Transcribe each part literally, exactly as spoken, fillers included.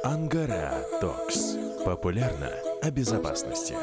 Ангара Токс. Популярно о безопасности.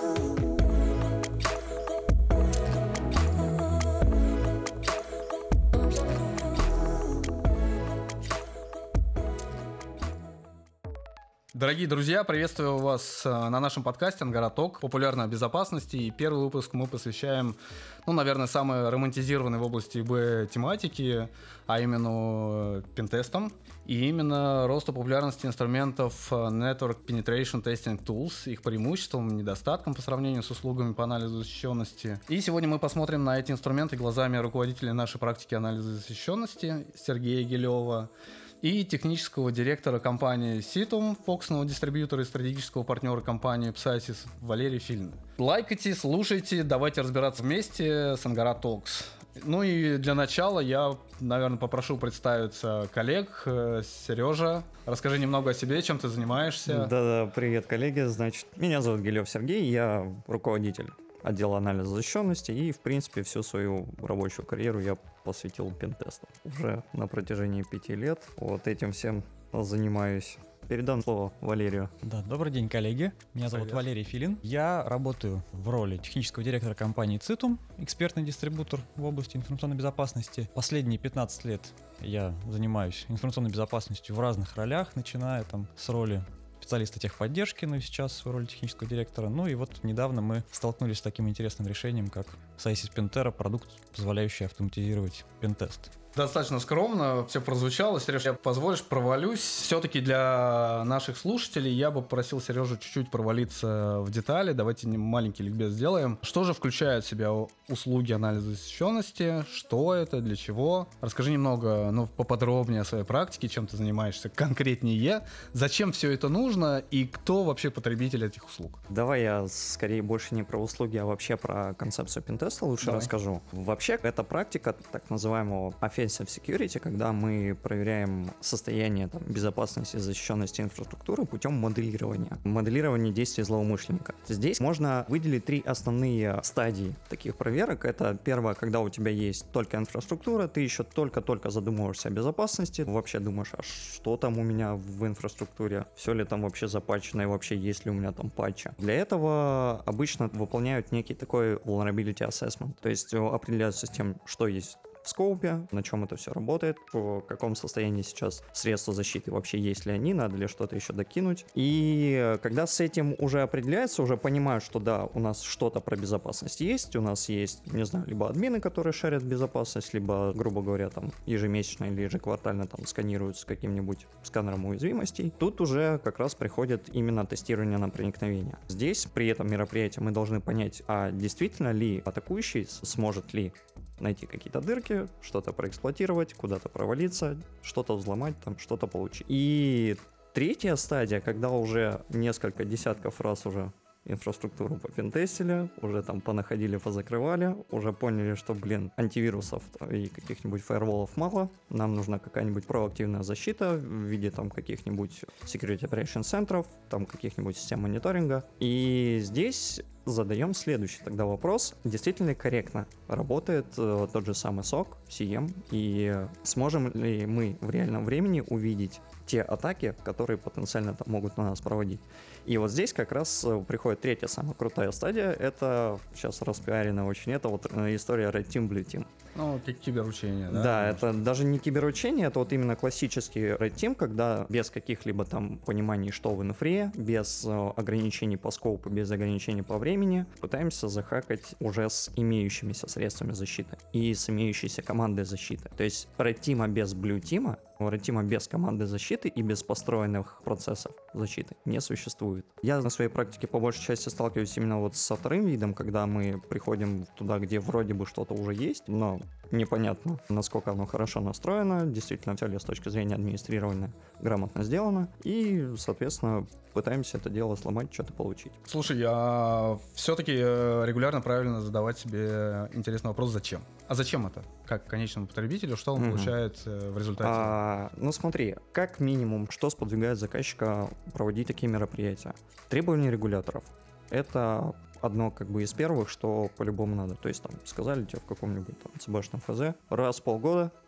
Дорогие друзья, приветствую вас на нашем подкасте «Ангара Ток. Популярно о безопасности». И первый выпуск мы посвящаем, ну, наверное, самой романтизированной в области ИБ тематики, а именно пентестам. И именно росту популярности инструментов Network Penetration Testing Tools, их преимуществам, недостаткам по сравнению с услугами по анализу защищенности. И сегодня мы посмотрим на эти инструменты глазами руководителя нашей практики анализа защищенности Сергея Гилева и технического директора компании Citum, фокусного дистрибьютора и стратегического партнера компании Psysys Валерия Филина. Лайкайте, слушайте, давайте разбираться вместе с Ангара Talks. Ну и для начала я, наверное, попрошу представиться коллег. Сережа, расскажи немного о себе, чем ты занимаешься. Да-да, привет, коллеги. Значит, меня зовут Гилев Сергей, я руководитель отдела анализа защищенности, и, в принципе, всю свою рабочую карьеру я посвятил пентестам. Уже на протяжении пяти лет вот этим всем занимаюсь. Передам слово Валерию. Да, добрый день, коллеги. Меня зовут Привет. Валерий Филин. Я работаю в роли технического директора компании Citum, экспертный дистрибутор в области информационной безопасности. Последние пятнадцать лет я занимаюсь информационной безопасностью в разных ролях, начиная там с роли специалиста техподдержки, ну и сейчас в роли технического директора. Ну и вот недавно мы столкнулись с таким интересным решением, как Psysys Pentera, продукт, позволяющий автоматизировать пентест. Достаточно скромно все прозвучало. Сереж, я позволишь, провалюсь. Все-таки для наших слушателей я бы попросил Сережу чуть-чуть провалиться в детали. Давайте маленький ликбез сделаем. Что же включают в себя услуги анализа защищенности? Что это? Для чего? Расскажи немного, ну, поподробнее о своей практике, чем ты занимаешься конкретнее. Зачем все это нужно и кто вообще потребитель этих услуг? Давай я скорее больше не про услуги, а вообще про концепцию пентеста лучше Давай. расскажу. Вообще, это практика так называемого offensive security, когда мы проверяем состояние там, безопасности и защищенности инфраструктуры путем моделирования. Моделирование действий злоумышленника. Здесь можно выделить три основные стадии таких проверок. Это первое, когда у тебя есть только инфраструктура, ты еще только-только задумываешься о безопасности, вообще думаешь, а что там у меня в инфраструктуре, все ли там вообще запатчено и вообще есть ли у меня там патчи. Для этого обычно выполняют некий такой vulnerability assessment, то есть определяются с тем, что есть в скоупе, на чем это все работает, в каком состоянии сейчас средства защиты, вообще есть ли они, надо ли что-то еще докинуть. И когда с этим уже определяется, уже понимают, что да, у нас что-то про безопасность есть, у нас есть, не знаю, либо админы, которые шарят безопасность, либо, грубо говоря, там ежемесячно или ежеквартально там сканируют с каким-нибудь сканером уязвимостей, тут уже как раз приходит именно тестирование на проникновение. Здесь при этом мероприятии мы должны понять, а действительно ли атакующий сможет ли найти какие-то дырки, что-то проэксплуатировать, куда-то провалиться, что-то взломать, там что-то получить. И третья стадия, когда уже несколько десятков раз уже инфраструктуру попентестили, уже там понаходили, позакрывали, уже поняли, что, блин, антивирусов и каких-нибудь фаерволов мало, нам нужна какая-нибудь проактивная защита в виде там каких-нибудь security operation центров, там каких-нибудь систем мониторинга. И здесь задаем следующий тогда вопрос, действительно ли корректно работает э, тот же самый сок, си эм, и сможем ли мы в реальном времени увидеть те атаки, которые потенциально там могут на нас проводить. И вот здесь как раз э, приходит третья самая крутая стадия, это сейчас распиарена очень, это вот э, история Red Team, Blue Team. Ну, как киберучение, да? Да, это даже не киберучение, это вот именно классический Red Team, когда без каких-либо там пониманий, что в инфре, без э, ограничений по скопу, без ограничений по времени, пытаемся захакать уже с имеющимися средствами защиты и с имеющейся командой защиты. То есть Red Team без Blue Team, Red Team без команды защиты и без построенных процессов защиты не существует. Я на своей практике по большей части сталкиваюсь именно вот со вторым видом, когда мы приходим туда, где вроде бы что-то уже есть, но непонятно, насколько оно хорошо настроено, действительно все ли с точки зрения администрирования грамотно сделано, и, соответственно, пытаемся это дело сломать, что-то получить. Слушай, я все-таки регулярно правильно задавать себе интересный вопрос, зачем? А зачем это? Как конечному потребителю, что он Мгм. получает э, в результате? А, ну смотри, как минимум, что сподвигает заказчика проводить такие мероприятия? Требования регуляторов. Это одно как бы из первых, что по-любому надо. То есть там сказали тебе в каком-нибудь там ЦБшном ФЗ, раз в полгода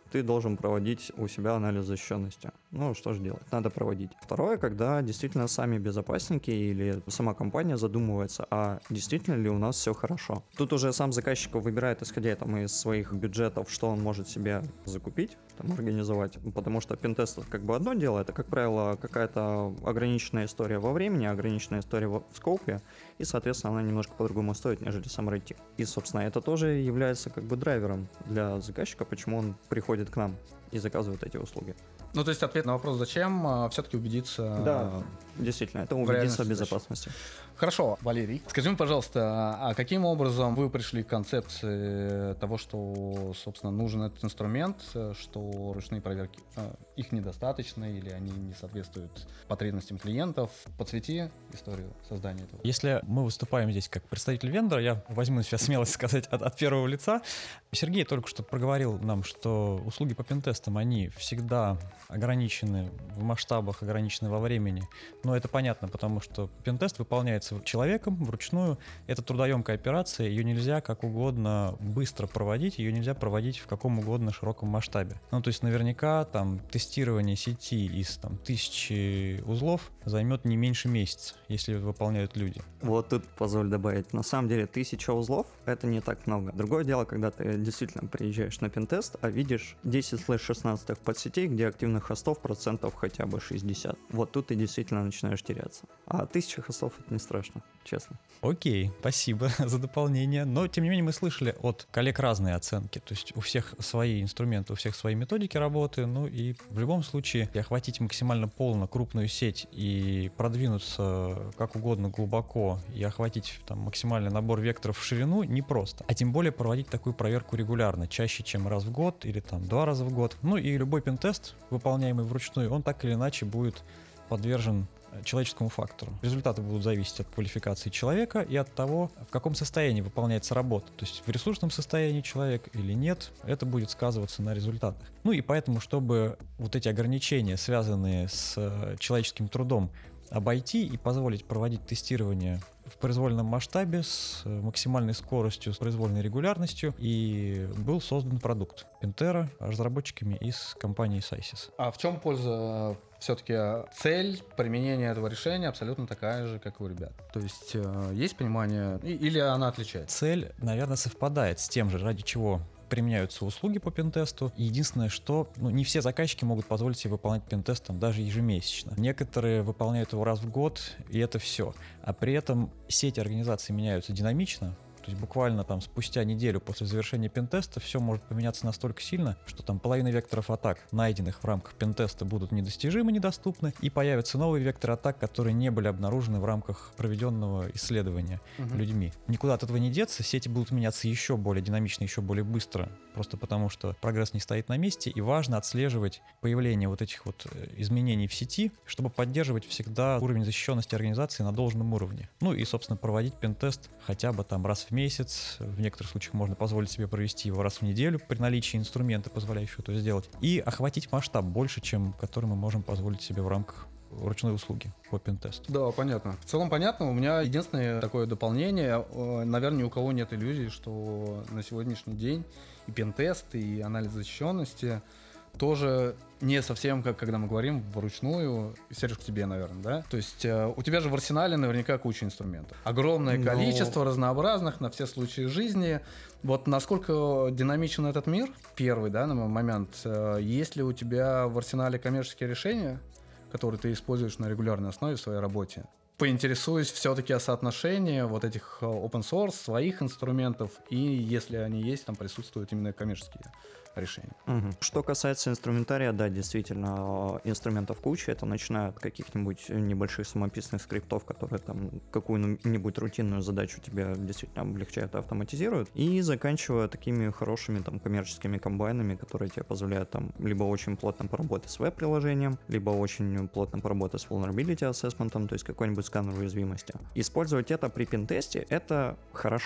ты должен проводить у себя анализ защищенности. Ну, что же делать? Надо проводить. Второе, когда действительно сами безопасники или сама компания задумывается, а действительно ли у нас все хорошо. Тут уже сам заказчик выбирает, исходя там, из своих бюджетов, что он может себе закупить, там, организовать. Потому что пентест как бы одно дело, это, как правило, какая-то ограниченная история во времени, ограниченная история в скопе, и, соответственно, она немножко по-другому стоит, нежели сам рейтинг. И, собственно, это тоже является как бы драйвером для заказчика, почему он приходит к нам и заказывает эти услуги. Ну, то есть ответ на вопрос, зачем, все-таки убедиться... Да, действительно, это в убедиться в реальности безопасности. Хорошо, Валерий, скажи мне, пожалуйста, а каким образом вы пришли к концепции того, что, собственно, нужен этот инструмент, что ручные проверки, э, их недостаточно или они не соответствуют потребностям клиентов? Подсвети историю создания этого. Если мы выступаем здесь как представитель вендора, я возьму на себя смелость сказать от, от первого лица. Сергей только что проговорил нам, что услуги по пентестам, они всегда ограничены в масштабах, ограничены во времени. Но это понятно, потому что пентест выполняется человеком вручную. Это трудоемкая операция, ее нельзя как угодно быстро проводить, ее нельзя проводить в каком угодно широком масштабе. Ну, то есть наверняка там тестирование сети из там, тысячи узлов займет не меньше месяца, если выполняют люди. Вот тут позволь добавить. На самом деле тысяча узлов — это не так много. Другое дело, когда ты действительно приезжаешь на пентест, а видишь десять шестнадцать подсетей, где активных хостов процентов хотя бы шестьдесят. Вот тут ты действительно начинаешь теряться. А тысяча хостов — это не страшно, честно. Окей, спасибо за дополнение. Но, тем не менее, мы слышали от коллег разные оценки. То есть у всех свои инструменты, у всех свои методики работы. Ну и в любом случае охватить максимально полно крупную сеть и продвинуться как угодно глубоко и охватить там максимальный набор векторов в ширину непросто. А тем более проводить такую проверку регулярно, чаще, чем раз в год или там два раза в год. Ну и любой пентест, выполняемый вручную, он так или иначе будет подвержен человеческому фактору. Результаты будут зависеть от квалификации человека и от того, в каком состоянии выполняется работа. То есть в ресурсном состоянии человек или нет, это будет сказываться на результатах. Ну и поэтому, чтобы вот эти ограничения, связанные с человеческим трудом, обойти и позволить проводить тестирование в произвольном масштабе с максимальной скоростью, с произвольной регулярностью, и был создан продукт Pentera разработчиками из компании Sysys. А в чем польза? Все-таки цель применения этого решения абсолютно такая же, как и у ребят. То есть э, есть понимание, и, или она отличается? Цель, наверное, совпадает с тем же, ради чего применяются услуги по пентесту. Единственное, что ну, не все заказчики могут позволить себе выполнять пентест там, даже ежемесячно. Некоторые выполняют его раз в год, и это все. А при этом сети организаций меняются динамично. То есть буквально там спустя неделю после завершения пентеста все может поменяться настолько сильно, что там половина векторов атак, найденных в рамках пентеста, будут недостижимы, недоступны, и появятся новые векторы атак, которые не были обнаружены в рамках проведенного исследования Угу. людьми. Никуда от этого не деться, сети будут меняться еще более динамично, еще более быстро, просто потому что прогресс не стоит на месте, и важно отслеживать появление вот этих вот изменений в сети, чтобы поддерживать всегда уровень защищенности организации на должном уровне. Ну и, собственно, проводить пентест хотя бы там раз в месяц, в некоторых случаях можно позволить себе провести его раз в неделю при наличии инструмента, позволяющего это сделать, и охватить масштаб больше, чем который мы можем позволить себе в рамках ручной услуги по пентесту. Да, понятно. В целом понятно. У меня единственное такое дополнение. Наверное, ни у кого нет иллюзий, что на сегодняшний день и пентест, и анализ защищенности тоже не совсем, как когда мы говорим вручную. Сереж, к тебе, наверное, да? То есть э, у тебя же в арсенале наверняка куча инструментов. Огромное Но... количество разнообразных на все случаи жизни. Вот насколько динамичен этот мир, первый, да, на момент, э, есть ли у тебя в арсенале коммерческие решения, которые ты используешь на регулярной основе в своей работе? Поинтересуюсь все-таки о соотношении вот этих open source, своих инструментов, и если они есть, там присутствуют именно коммерческие решения. Угу. Что касается инструментария, да, действительно, инструментов куча. Это начиная от каких-нибудь небольших самописных скриптов, которые там какую-нибудь рутинную задачу тебе действительно облегчают и автоматизируют, и заканчивая такими хорошими там коммерческими комбайнами, которые тебе позволяют там либо очень плотно поработать с веб-приложением, либо очень плотно поработать с vulnerability assessment, то есть какой-нибудь сканер уязвимости. Использовать это при пентесте — это хорошо.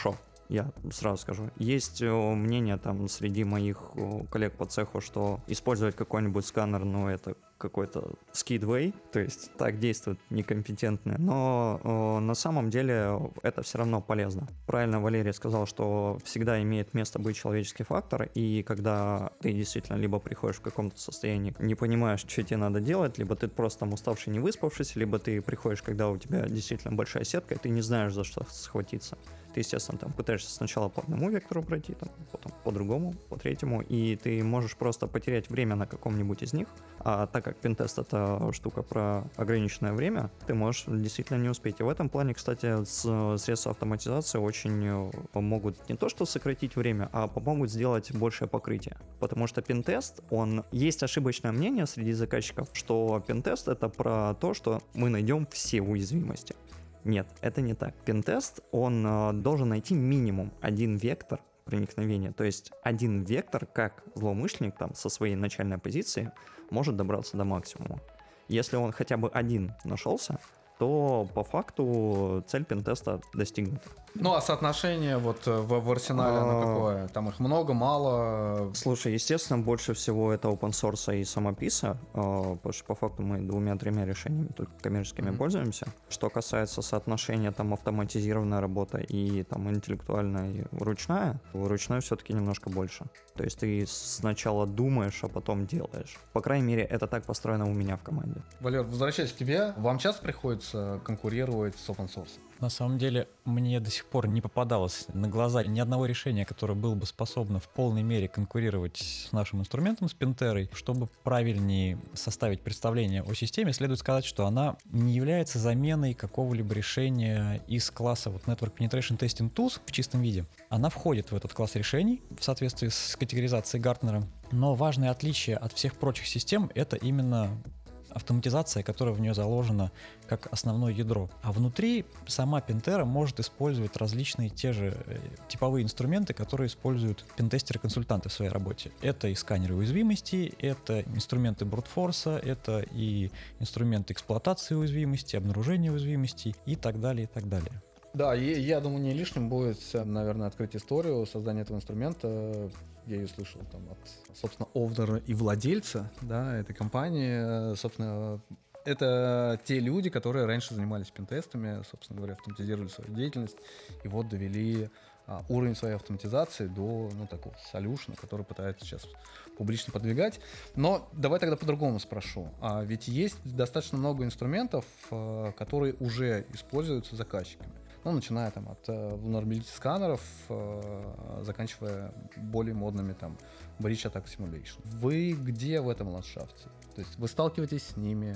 я сразу скажу. Есть э, мнение там среди моих э, коллег по цеху, что использовать какой-нибудь сканер, ну, это какой-то skidway, то есть так действуют некомпетентные, но э, на самом деле это все равно полезно. Правильно Валерий сказал, что всегда имеет место быть человеческий фактор, и когда ты действительно либо приходишь в каком-то состоянии, не понимаешь, что тебе надо делать, либо ты просто там уставший, не выспавшийся, либо ты приходишь, когда у тебя действительно большая сетка, и ты не знаешь, за что схватиться. Ты, естественно, там пытаешься сначала по одному вектору пройти, там, потом по другому, по третьему, и ты можешь просто потерять время на каком-нибудь из них, а так как пентест — это штука про ограниченное время, ты можешь действительно не успеть. И в этом плане, кстати, с, средства автоматизации очень помогут не то что сократить время, а помогут сделать большее покрытие. Потому что пентест, он... Есть ошибочное мнение среди заказчиков, что пентест — это про то, что мы найдем все уязвимости. Нет, это не так. Пентест, он э, должен найти минимум один вектор проникновения, то есть один вектор, как злоумышленник там со своей начальной позиции может добраться до максимума. Если он хотя бы один нашелся, то по факту цель пентеста достигнута. Ну, а соотношение вот в, в арсенале, оно какое? Там их много, мало? Слушай, естественно, больше всего это open source и самописа, потому что по факту мы двумя-тремя решениями тут коммерческими mm-hmm. пользуемся. Что касается соотношения там автоматизированная работа и там интеллектуальная и ручная, ручной все-таки немножко больше. То есть ты сначала думаешь, а потом делаешь. По крайней мере, это так построено у меня в команде. Валер, возвращаясь к тебе, вам часто приходится конкурировать с open source? На самом деле, мне до сих пор не попадалось на глаза ни одного решения, которое было бы способно в полной мере конкурировать с нашим инструментом, с Пентерой. Чтобы правильнее составить представление о системе, следует сказать, что она не является заменой какого-либо решения из класса вот Network Penetration Testing Tools в чистом виде. Она входит в этот класс решений в соответствии с категоризацией Гартнера, но важное отличие от всех прочих систем — это именно автоматизация, которая в нее заложена как основное ядро. А внутри сама Пентера может использовать различные те же типовые инструменты, которые используют пентестеры-консультанты в своей работе. Это и сканеры уязвимостей, это инструменты брутфорса, это и инструменты эксплуатации уязвимостей, обнаружения уязвимостей и так далее, и так далее. Да, и я думаю, не лишним будет, наверное, открыть историю создания этого инструмента. Я ее слышал там от, собственно, овнера и владельца, да, этой компании. Собственно, это те люди, которые раньше занимались пентестами, собственно говоря, автоматизировали свою деятельность и вот довели а, уровень своей автоматизации до, ну, такого солюшна, который пытаются сейчас публично продвигать. Но давай тогда по-другому спрошу. А ведь есть достаточно много инструментов, а, которые уже используются заказчиками. Ну, начиная там от uh, vulnerability сканеров, uh, заканчивая более модными там Breach Attack Simulation. Вы где в этом ландшафте? То есть вы сталкиваетесь с ними,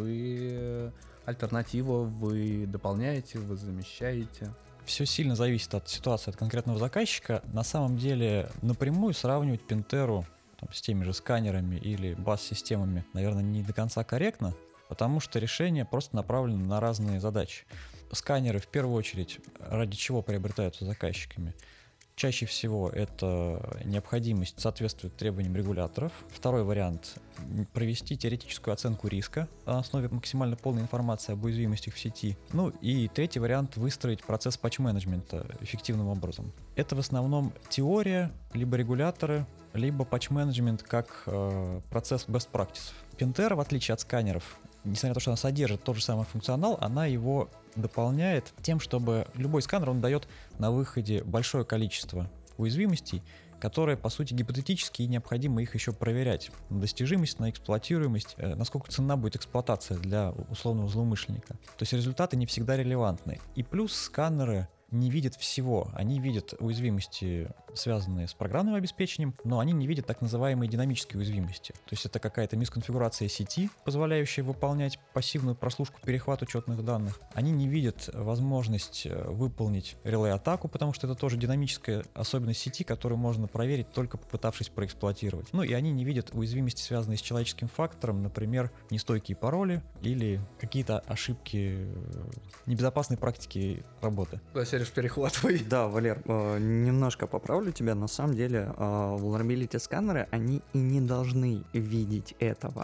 вы альтернатива, вы дополняете, вы замещаете? Все сильно зависит от ситуации, от конкретного заказчика. На самом деле напрямую сравнивать Пентеру там, с теми же сканерами или баз-системами, наверное, не до конца корректно, потому что решения просто направлены на разные задачи. Сканеры в первую очередь ради чего приобретаются заказчиками? Чаще всего это необходимость соответствовать требованиям регуляторов. Второй вариант — провести теоретическую оценку риска на основе максимально полной информации об уязвимостях в сети. Ну и третий вариант — выстроить процесс патч-менеджмента эффективным образом. Это в основном теория, либо регуляторы, либо патч-менеджмент как э, процесс best practices. Пентера, в отличие от сканеров, несмотря на то, что она содержит тот же самый функционал, она его дополняет тем, чтобы любой сканер, он дает на выходе большое количество уязвимостей, которые, по сути, гипотетически, и необходимо их еще проверять. На достижимость, на эксплуатируемость, э, насколько ценна будет эксплуатация для условного злоумышленника. То есть результаты не всегда релевантны. И плюс сканеры не видят всего. Они видят уязвимости, связанные с программным обеспечением, но они не видят так называемые динамические уязвимости. То есть это какая-то мисконфигурация сети, позволяющая выполнять пассивную прослушку, перехват учетных данных. Они не видят возможность выполнить релей-атаку, потому что это тоже динамическая особенность сети, которую можно проверить, только попытавшись проэксплуатировать. Ну и они не видят уязвимости, связанные с человеческим фактором, например, нестойкие пароли или какие-то ошибки небезопасной практики работы. Сереж, перехватывай. Да, Валер, э, немножко поправлю тебя. На самом деле, э, vulnerability сканеры, они и не должны видеть этого.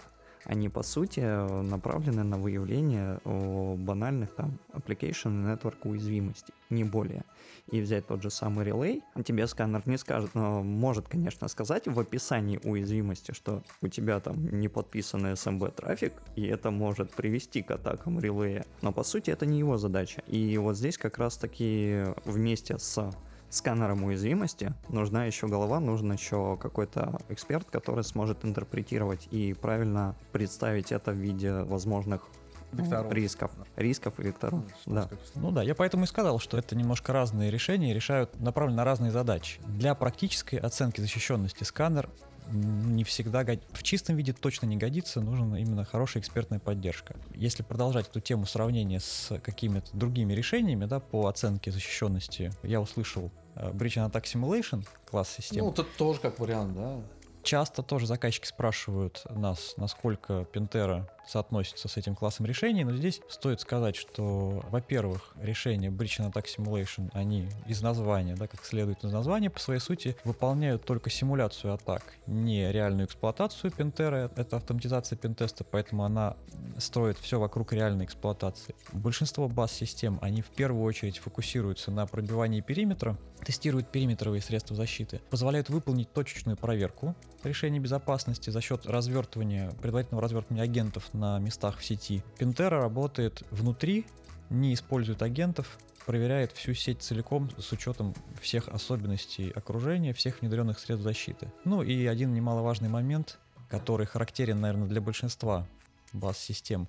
Они, по сути, направлены на выявление о, банальных там application и network уязвимостей, не более. И взять тот же самый Relay, тебе сканер не скажет, но может, конечно, сказать в описании уязвимости, что у тебя там не подписанный эс эм би-трафик, и это может привести к атакам Relay. Но, по сути, это не его задача. И вот здесь как раз-таки вместе с сканером уязвимости нужна еще голова, нужен еще какой-то эксперт, который сможет интерпретировать и правильно представить это в виде возможных Векторов. рисков, рисков и векторов. Да. Ну да, я поэтому и сказал, что это немножко разные решения, решают направленно на разные задачи. Для практической оценки защищенности сканер не всегда год... в чистом виде точно не годится, нужна именно хорошая экспертная поддержка. Если продолжать эту тему сравнения с какими-то другими решениями, да, по оценке защищенности, я услышал uh, Breach and Attack Simulation, класс системы. Ну, тут тоже как вариант, да. Часто тоже заказчики спрашивают нас, насколько Пентера соотносится с этим классом решений, но здесь стоит сказать, что, во-первых, решения Breach and Attack Simulation, они из названия, да, как следует из названия, по своей сути, выполняют только симуляцию атак, не реальную эксплуатацию Пентера, это автоматизация пентеста, поэтому она строит все вокруг реальной эксплуатации. Большинство баз-систем, они в первую очередь фокусируются на пробивании периметра, тестируют периметровые средства защиты, позволяют выполнить точечную проверку решений безопасности за счет развертывания, предварительного развертывания агентов на местах в сети. Пентера работает внутри, не использует агентов, проверяет всю сеть целиком с учетом всех особенностей окружения, всех внедренных средств защиты. Ну и один немаловажный момент, который характерен, наверное, для большинства баз-систем,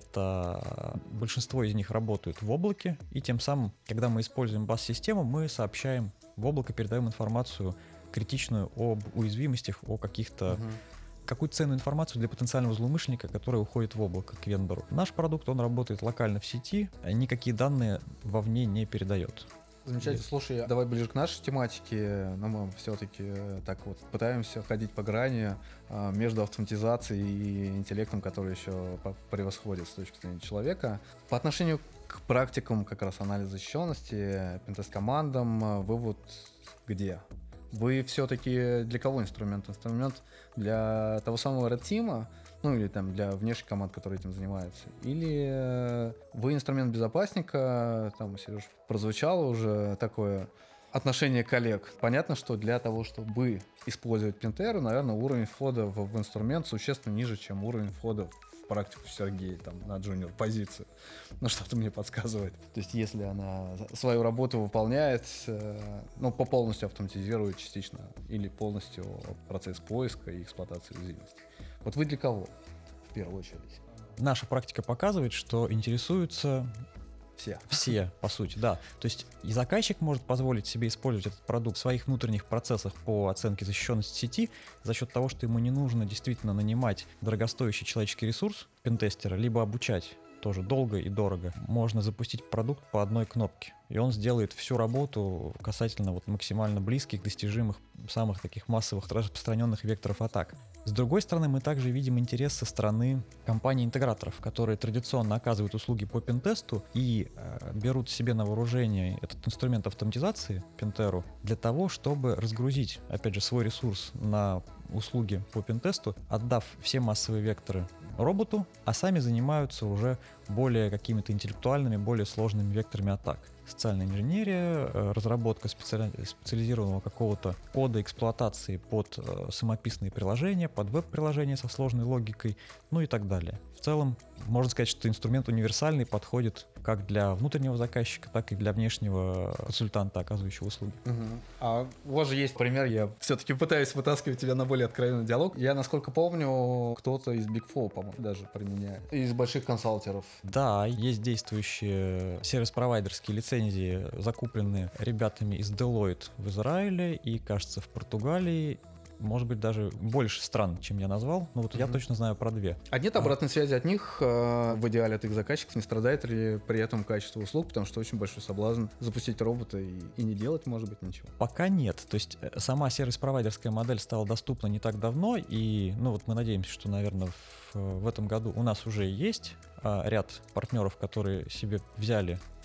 это большинство из них работают в облаке, и тем самым, когда мы используем баз-систему, мы сообщаем в облако, передаем информацию критичную об уязвимостях, о каких-то Угу. какую-то ценную информацию для потенциального злоумышленника, который уходит в облако к вендору. Наш продукт, он работает локально в сети, никакие данные вовне не передает. Замечательно. Слушай, давай ближе к нашей тематике. Но мы все-таки так вот пытаемся ходить по грани а, между автоматизацией и интеллектом, который еще по- превосходит с точки зрения человека. По отношению к практикам как раз анализа защищенности, пентест-командам, вы вот где? Вы все-таки для кого инструмент? Инструмент для того самого Red Team, ну или там для внешних команд, которые этим занимаются? Или э, вы инструмент безопасника, там, Сереж, прозвучало уже такое отношение коллег. Понятно, что для того, чтобы использовать Пентеру, наверное, уровень входа в, в инструмент существенно ниже, чем уровень входа в практику Сергея там, на джуниор позицию. Ну, что-то мне подсказывает. То есть, если она свою работу выполняет, э, ну, по полностью автоматизирует частично или полностью процесс поиска и эксплуатации уязвимостей. Вот вы для кого в первую очередь? Наша практика показывает, что интересуются Все. все, по сути, да. То есть и заказчик может позволить себе использовать этот продукт в своих внутренних процессах по оценке защищенности сети за счет того, что ему не нужно действительно нанимать дорогостоящий человеческий ресурс пентестера, либо обучать тоже долго и дорого. Можно запустить продукт по одной кнопке, и он сделает всю работу касательно вот максимально близких, достижимых, самых таких массовых, распространенных векторов атак. С другой стороны, мы также видим интерес со стороны компаний-интеграторов, которые традиционно оказывают услуги по пентесту и э, берут себе на вооружение этот инструмент автоматизации, Пентеру, для того, чтобы разгрузить, опять же, свой ресурс на услуги по пентесту, отдав все массовые векторы роботу, а сами занимаются уже более какими-то интеллектуальными, более сложными векторами атак. Социальная инженерия, разработка специали... специализированного какого-то кода эксплуатации под э, самописные приложения, под веб-приложения со сложной логикой, ну и так далее. В целом, можно сказать, что инструмент универсальный, подходит как для внутреннего заказчика, так и для внешнего консультанта, оказывающего услуги. Угу. А у вас же есть пример, я все-таки пытаюсь вытаскивать тебя на более откровенный диалог. Я, насколько помню, кто-то из Big Four, по-моему, даже применяет. Из больших консалтеров. Да, есть действующие сервис-провайдерские лицензии, закупленные ребятами из Deloitte в Израиле и, кажется, в Португалии. Может быть, даже больше стран, чем я назвал, но вот mm-hmm. я точно знаю про две. А нет обратной связи от них, э, в идеале от их заказчиков, не страдает ли при этом качество услуг, потому что очень большой соблазн запустить робота и, и не делать, может быть, ничего? Пока нет. То есть сама сервис-провайдерская модель стала доступна не так давно, и ну вот мы надеемся, что, наверное, в, в этом году у нас уже есть а, ряд партнеров, которые себе взяли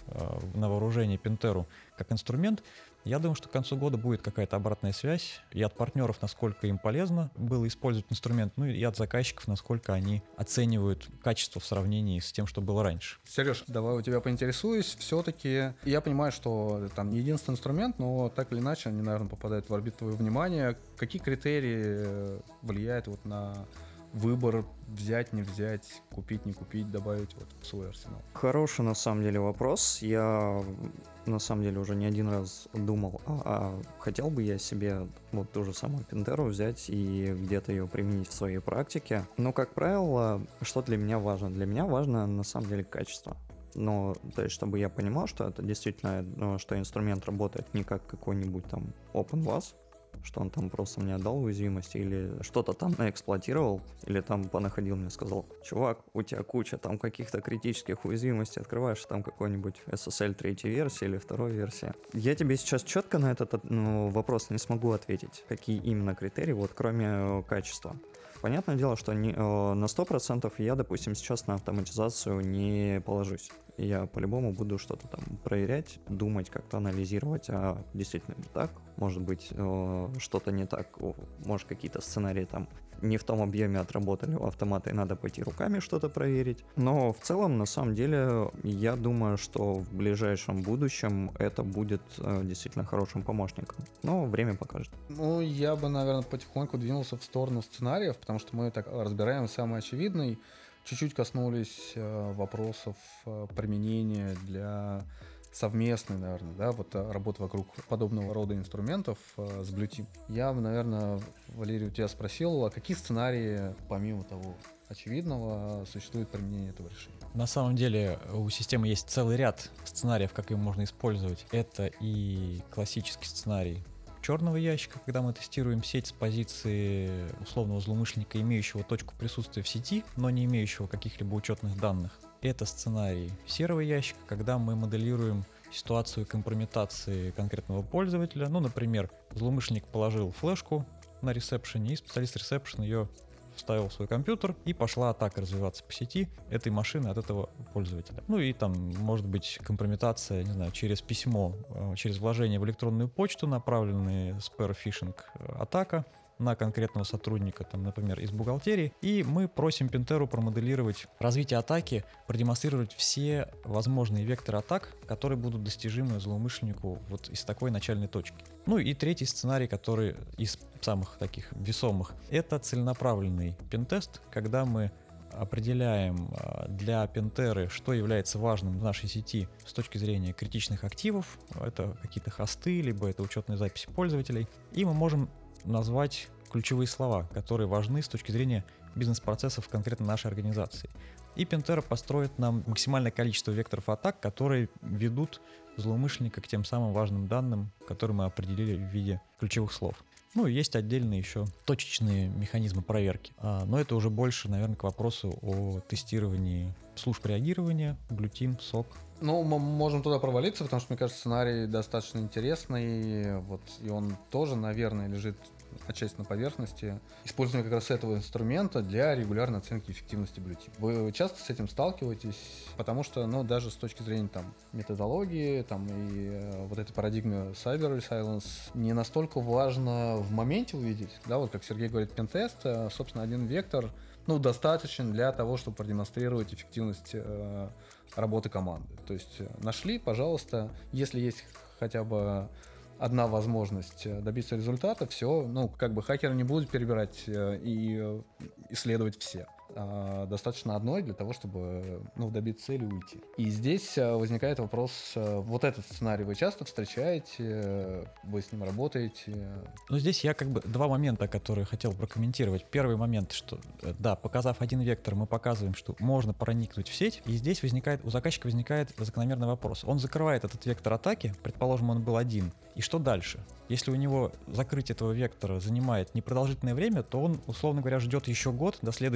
э, на вооружение Пентеру как инструмент, я думаю, что к концу года будет какая-то обратная связь и от партнеров, насколько им полезно было использовать инструмент, ну и от заказчиков, насколько они оценивают качество в сравнении с тем, что было раньше. Сереж, давай у тебя поинтересуюсь. Все-таки я понимаю, что там не единственный инструмент, но так или иначе они, наверное, попадают в орбиту твоего внимания. Какие критерии влияют вот на выбор взять, не взять, купить, не купить, добавить вот в свой арсенал? Хороший на самом деле вопрос. Я на самом деле уже не один раз думал, а, а хотел бы я себе вот ту же самую Пентеру взять и где-то ее применить в своей практике. Но, как правило, что для меня важно? Для меня важно на самом деле качество. Но, то есть, чтобы я понимал, что это действительно, ну, что инструмент работает не как какой-нибудь там OpenVAS, что он там просто мне отдал уязвимость или что-то там наэксплуатировал, или там понаходил мне, сказал: чувак, у тебя куча там каких-то критических уязвимостей, открываешь там какой-нибудь эс эс эль третьей версии или второй версии. Я тебе сейчас четко на этот ну, вопрос не смогу ответить, какие именно критерии, вот кроме э, качества. Понятное дело, что не, э, на сто процентов я, допустим, сейчас на автоматизацию не положусь. Я по-любому буду что-то там проверять, думать, как-то анализировать, а действительно ли так, может быть, э, что-то не так, может, какие-то сценарии там не в том объеме отработали у автомата, и надо пойти руками что-то проверить. Но в целом, на самом деле, я думаю, что в ближайшем будущем это будет э, действительно хорошим помощником. Но время покажет. Ну, я бы, наверное, потихоньку двинулся в сторону сценариев, потому что мы так разбираем самый очевидный. Чуть-чуть коснулись э, вопросов э, применения для совместной, наверное, да, вот э, работы вокруг подобного рода инструментов э, с Blue Team. Я бы, наверное, Валерий, у тебя спросил, а какие сценарии, помимо того очевидного, существует применение этого решения? На самом деле у системы есть целый ряд сценариев, как ее можно использовать. Это и классический сценарий черного ящика, когда мы тестируем сеть с позиции условного злоумышленника, имеющего точку присутствия в сети, но не имеющего каких-либо учетных данных. Это сценарий серого ящика, когда мы моделируем ситуацию компрометации конкретного пользователя. Ну, например, злоумышленник положил флешку на ресепшене, и специалист ресепшена ее вставил в свой компьютер, и пошла атака развиваться по сети этой машины от этого пользователя. Ну и там может быть компрометация, не знаю, через письмо, через вложение в электронную почту, направленные спэр-фишинг атака на конкретного сотрудника, там, например, из бухгалтерии, и мы просим Пентеру промоделировать развитие атаки, продемонстрировать все возможные векторы атак, которые будут достижимы злоумышленнику вот из такой начальной точки. Ну и третий сценарий, который из самых таких весомых, это целенаправленный пентест, когда мы определяем для Пентеры, что является важным в нашей сети с точки зрения критичных активов, это какие-то хосты, либо это учетные записи пользователей, и мы можем назвать ключевые слова, которые важны с точки зрения бизнес-процессов конкретно нашей организации. И Пентера построит нам максимальное количество векторов атак, которые ведут злоумышленника к тем самым важным данным, которые мы определили в виде ключевых слов. Ну и есть отдельные еще точечные механизмы проверки. А, но это уже больше, наверное, к вопросу о тестировании служб реагирования, Blue Team, сок. Ну, мы можем туда провалиться, потому что, мне кажется, сценарий достаточно интересный, вот, и он тоже, наверное, лежит отчасти на поверхности. Использование как раз этого инструмента для регулярной оценки эффективности Blue Team. Вы часто с этим сталкиваетесь? Потому что, ну, даже с точки зрения там методологии, там, и э, вот этой парадигмы Cyber Resilience не настолько важно в моменте увидеть, да, вот как Сергей говорит, пентест, э, собственно, один вектор, ну, достаточен для того, чтобы продемонстрировать эффективность э, работы команды. То есть нашли, пожалуйста, если есть хотя бы одна возможность добиться результата, все, ну, как бы хакеры не будут перебирать э, и исследовать все. А достаточно одной для того, чтобы, ну, добиться цели и уйти. И здесь возникает вопрос, вот этот сценарий вы часто встречаете, вы с ним работаете? Ну, здесь я как бы два момента, которые хотел прокомментировать. Первый момент, что, да, показав один вектор, мы показываем, что можно проникнуть в сеть, и здесь возникает, у заказчика возникает закономерный вопрос. Он закрывает этот вектор атаки, предположим, он был один, и что дальше? Если у него закрытие этого вектора занимает непродолжительное время, то он, условно говоря, ждет еще год до следующего пентеста,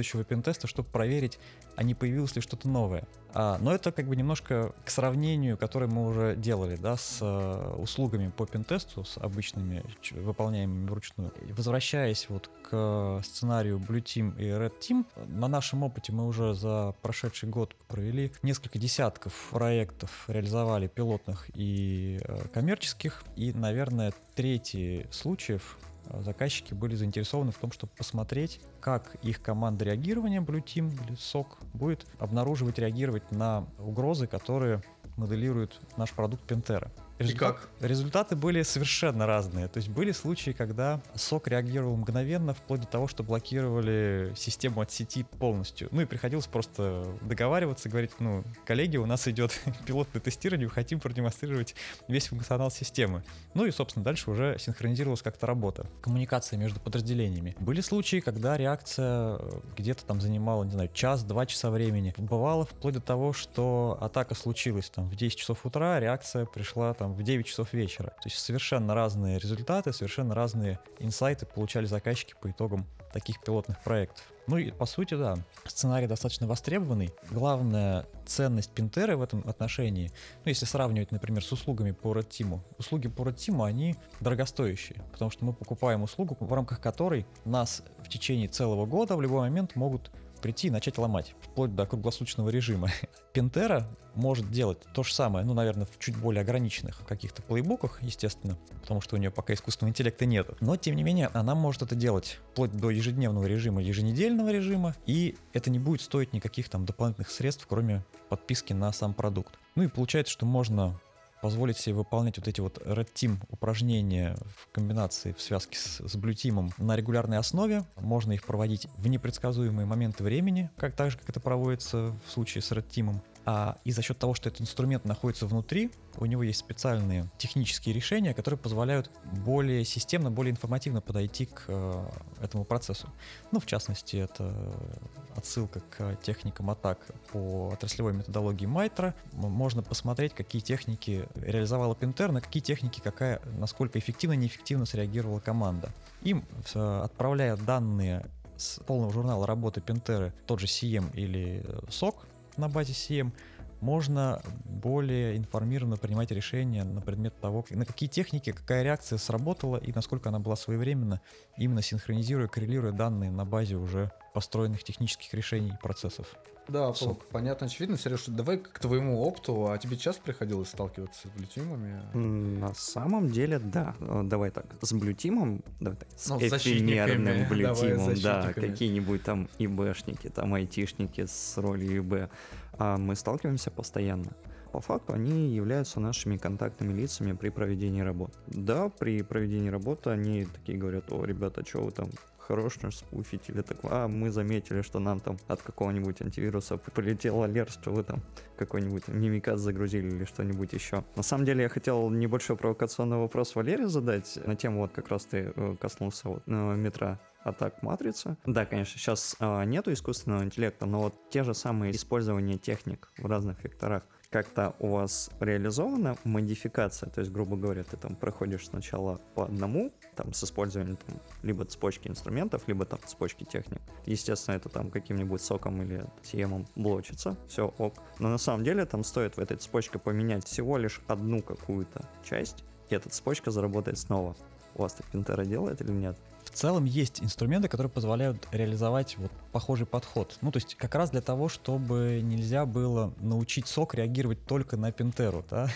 пентеста, чтобы проверить, а не появилось ли что-то новое. А, но это как бы немножко к сравнению, которое мы уже делали, да, с э, услугами по пентесту, с обычными, ч- выполняемыми вручную. И возвращаясь вот к сценарию Blue Team и Red Team, на нашем опыте мы уже за прошедший год провели несколько десятков проектов, реализовали пилотных и э, коммерческих, и, наверное, трети случаев заказчики были заинтересованы в том, чтобы посмотреть, как их команда реагирования Blue Team или сок будет обнаруживать, реагировать на угрозы, которые моделирует наш продукт Пентера. Результат, как? Результаты были совершенно разные. То есть были случаи, когда сок реагировал мгновенно, вплоть до того, что блокировали систему от сети полностью. Ну и приходилось просто договариваться, говорить, ну, коллеги, у нас идет пилотное тестирование, хотим продемонстрировать весь функционал системы. Ну и, собственно, дальше уже синхронизировалась как-то работа, коммуникация между подразделениями. Были случаи, когда реакция где-то там занимала, не знаю, час-два часа времени. Бывало вплоть до того, что атака случилась там в десять часов утра, а реакция пришла там в девять часов вечера. То есть совершенно разные результаты, совершенно разные инсайты получали заказчики по итогам таких пилотных проектов. Ну и по сути, да, сценарий достаточно востребованный. Главная ценность Пентера в этом отношении, ну если сравнивать, например, с услугами по Red Team, услуги по Red Team, они дорогостоящие, потому что мы покупаем услугу, в рамках которой нас в течение целого года в любой момент могут прийти и начать ломать, вплоть до круглосуточного режима. Пентера может делать то же самое, ну, наверное, в чуть более ограниченных каких-то плейбуках, естественно, потому что у нее пока искусственного интеллекта нет. Но, тем не менее, она может это делать вплоть до ежедневного режима, еженедельного режима, и это не будет стоить никаких там дополнительных средств, кроме подписки на сам продукт. Ну и получается, что можно позволить себе выполнять вот эти вот Red Team упражнения в комбинации, в связке с, с Blue Team на регулярной основе. Можно их проводить в непредсказуемые моменты времени, как так же, как это проводится в случае с Red Team. А, и за счет того, что этот инструмент находится внутри, у него есть специальные технические решения, которые позволяют более системно, более информативно подойти к э, этому процессу. Ну, в частности, это отсылка к техникам атак по отраслевой методологии Майтра. Можно посмотреть, какие техники реализовала Пентер, на какие техники, какая, насколько эффективно, неэффективно среагировала команда. Им, отправляя данные с полного журнала работы Пентеры, тот же си эм или сок на базе си эм, можно более информированно принимать решения на предмет того, на какие техники, какая реакция сработала и насколько она была своевременна, именно синхронизируя, коррелируя данные на базе уже построенных технических решений и процессов. Да, Сок. понятно, очевидно. Сереж, давай к твоему опыту. А тебе часто приходилось сталкиваться с блютимами? На самом деле, да. Давай так, с блютимом, давай так, с Ну, с эфемерным защитниками. Давай, блютимом, с да, защитниками. какие-нибудь там ИБшники, там айтишники с ролью ИБ, а мы сталкиваемся постоянно. По факту они являются нашими контактными лицами при проведении работ. Да, при проведении работы они такие говорят: о, ребята, что вы там хорош наш спуфить, или так, а мы заметили, что нам там от какого-нибудь антивируса полетел алерт, что вы там какой-нибудь мимикат загрузили или что-нибудь еще. На самом деле я хотел небольшой провокационный вопрос Валерию задать на тему, вот как раз ты э, коснулся вот, э, метра атак матрицы. Да, конечно, сейчас э, нету искусственного интеллекта, но вот те же самые использования техник в разных векторах, как-то у вас реализована модификация, то есть, грубо говоря, ты там проходишь сначала по одному, там, с использованием там, либо цепочки инструментов, либо там цепочки техник. Естественно, это там каким-нибудь соком или си эм блочится, все ок. Но на самом деле там стоит в этой цепочке поменять всего лишь одну какую-то часть, и эта цепочка заработает снова. У вас так Пентера делает или нет? В целом есть инструменты, которые позволяют реализовать вот похожий подход. Ну, то есть как раз для того, чтобы нельзя было научить сок реагировать только на Пентеру, да?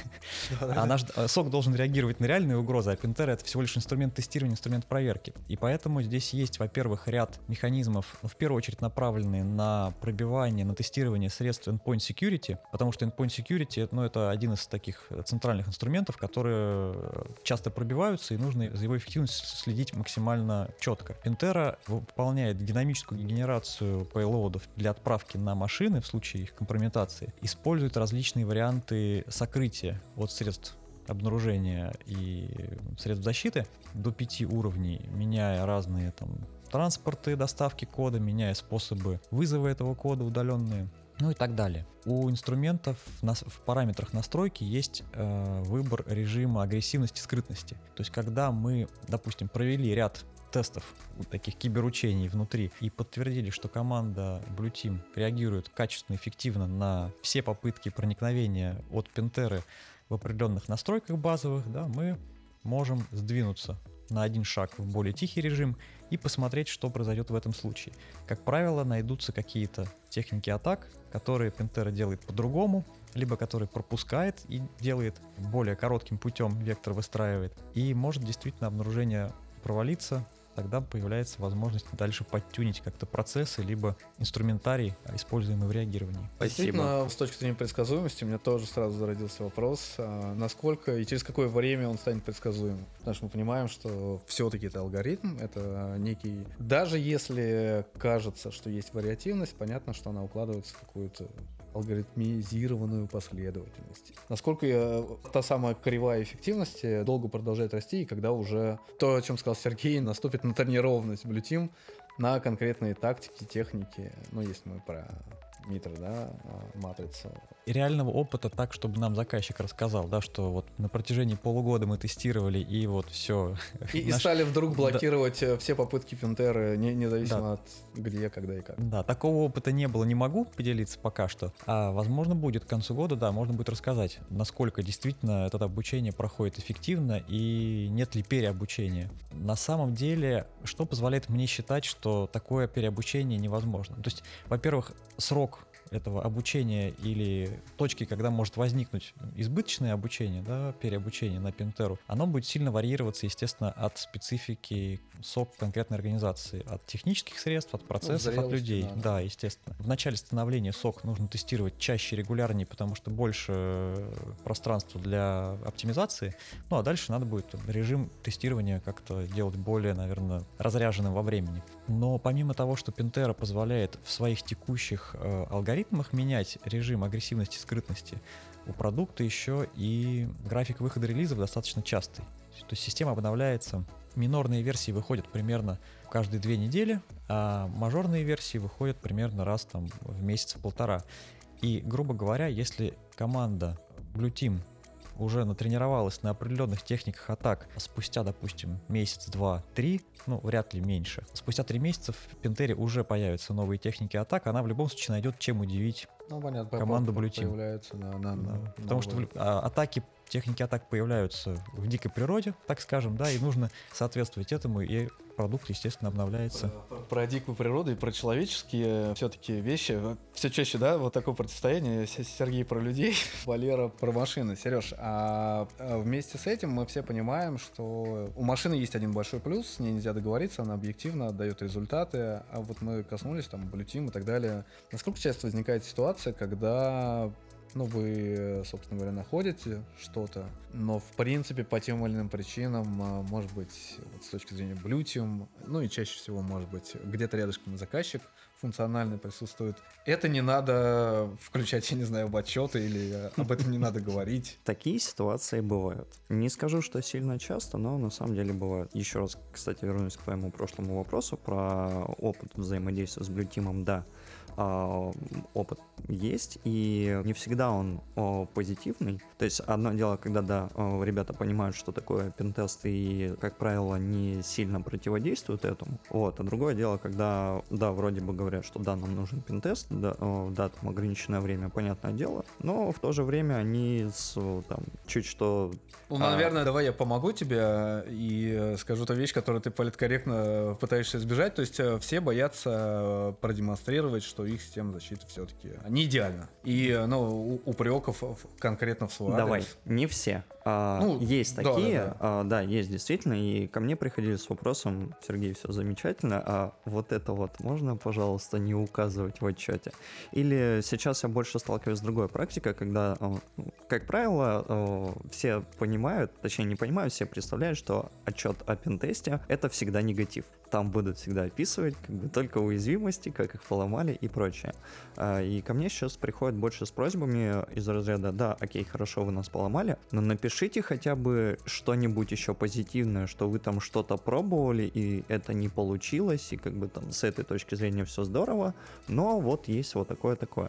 А наш сок должен реагировать на реальные угрозы, а Пентера — это всего лишь инструмент тестирования, инструмент проверки. И поэтому здесь есть, во-первых, ряд механизмов, ну, в первую очередь направленные на пробивание, на тестирование средств endpoint security, потому что endpoint security, ну, это один из таких центральных инструментов, которые часто пробиваются, и нужно за его эффективностью следить максимально четко. Пентера выполняет динамическую генерацию пейлоудов для отправки на машины в случае их компрометации, использует различные варианты сокрытия от средств обнаружения и средств защиты до пяти уровней, меняя разные там транспорты доставки кода, меняя способы вызова этого кода удаленные, ну и так далее. У инструментов в параметрах настройки есть э, выбор режима агрессивности, скрытности. То есть когда мы, допустим, провели ряд тестов, таких киберучений внутри, и подтвердили, что команда Blue Team реагирует качественно, эффективно на все попытки проникновения от Пентеры в определенных настройках базовых, да, мы можем сдвинуться на один шаг в более тихий режим и посмотреть, что произойдет в этом случае. Как правило, найдутся какие-то техники атак, которые Пентера делает по-другому, либо который пропускает и делает более коротким путем, вектор выстраивает, и может действительно обнаружение провалиться. Тогда появляется возможность дальше подтюнить как-то процессы, либо инструментарий, используемый в реагировании. Действительно, с точки зрения предсказуемости, у меня тоже сразу зародился вопрос, а насколько и через какое время он станет предсказуемым. Потому что мы понимаем, что все-таки это алгоритм, это некий... Даже если кажется, что есть вариативность, понятно, что она укладывается в какую-то алгоритмизированную последовательность. Насколько э, та самая кривая эффективности долго продолжает расти, и когда уже то, о чем сказал Сергей, наступит натренированность Blue Team на конкретные тактики, техники, ну, если мы про Митр, да, матрицу. И реального опыта так, чтобы нам заказчик рассказал, да, что вот на протяжении полугода мы тестировали, и вот все. И, и стали вдруг блокировать да. все попытки Пентеры, не, независимо да. от где, когда и как. Да, такого опыта не было, не могу поделиться пока что. А возможно будет к концу года, да, можно будет рассказать, насколько действительно это обучение проходит эффективно и нет ли переобучения. На самом деле, что позволяет мне считать, что такое переобучение невозможно? То есть, во-первых, срок этого обучения или точки, когда может возникнуть избыточное обучение, да, переобучение на Пентеру, оно будет сильно варьироваться, естественно, от специфики сок конкретной организации, от технических средств, от процессов, ну, от людей. Надо. Да, естественно. В начале становления сок нужно тестировать чаще, регулярнее, потому что больше пространства для оптимизации. Ну, а дальше надо будет режим тестирования как-то делать более, наверное, разряженным во времени. Но помимо того, что Пентера позволяет в своих текущих э, алгоритмах менять режим агрессивности, скрытности, у продукта еще и график выхода релизов достаточно частый. То есть система обновляется. Минорные версии выходят примерно каждые две недели, а мажорные версии выходят примерно раз там, в месяц-полтора. И, грубо говоря, если команда Blue Team уже натренировалась на определенных техниках атак спустя, допустим, месяц, два, три, ну, вряд ли меньше. Спустя три месяца в Пентере уже появятся новые техники атак, она в любом случае найдет, чем удивить ну, понятно, команду Blue Team. Появляются на, на, да. на, Потому что а, атаки, техники атак появляются в дикой природе, так скажем, да, и нужно соответствовать этому, и продукт, естественно, обновляется. Про, про дикую природу и про человеческие все-таки вещи. Все чаще, да, вот такое противостояние. Сергей про людей, Валера про машины. Сереж, а вместе с этим мы все понимаем, что у машины есть один большой плюс, с ней нельзя договориться, она объективно отдает результаты. А вот мы коснулись там Blue Team и так далее. Насколько часто возникает ситуация, когда... Ну, вы, собственно говоря, находите что-то, но, в принципе, по тем или иным причинам, может быть, вот с точки зрения Blue Team, ну и чаще всего, может быть, где-то рядышком заказчик функциональный присутствует. Это не надо включать, я не знаю, в отчеты или об этом не надо говорить. Такие ситуации бывают. Не скажу, что сильно часто, но на самом деле бывают. Еще раз, кстати, вернусь к твоему прошлому вопросу про опыт взаимодействия с Blue Team. Да, опыт есть, и не всегда он о, позитивный. То есть одно дело, когда, да, о, ребята понимают, что такое пентест, и, как правило, не сильно противодействуют этому. Вот. А другое дело, когда, да, вроде бы говорят, что да, нам нужен пентест, да, о, да, там ограниченное время, понятное дело, но в то же время они с, там, чуть что... Ну, наверное, а... давай я помогу тебе и скажу ту вещь, которую ты политкорректно пытаешься избежать. То есть все боятся продемонстрировать, что их система защиты все-таки не идеальна. И, ну, упреков конкретно в свой адрес. Давай, не все. А, ну, есть да, такие, да, да. А, да, есть действительно, и ко мне приходили с вопросом: Сергей, все замечательно, а вот это вот можно, пожалуйста, не указывать в отчете? Или сейчас я больше сталкиваюсь с другой практикой, когда, как правило, все понимают, точнее не понимают, все представляют, что отчет о пентесте — это всегда негатив. Там будут всегда описывать как бы только уязвимости, как их поломали и прочее. А, И ко мне сейчас приходят больше с просьбами из разряда: да, окей, хорошо, вы нас поломали, но напишите хотя бы что-нибудь еще позитивное, что вы там что-то пробовали, и это не получилось, и как бы там с этой точки зрения все здорово, но вот есть вот такое-такое.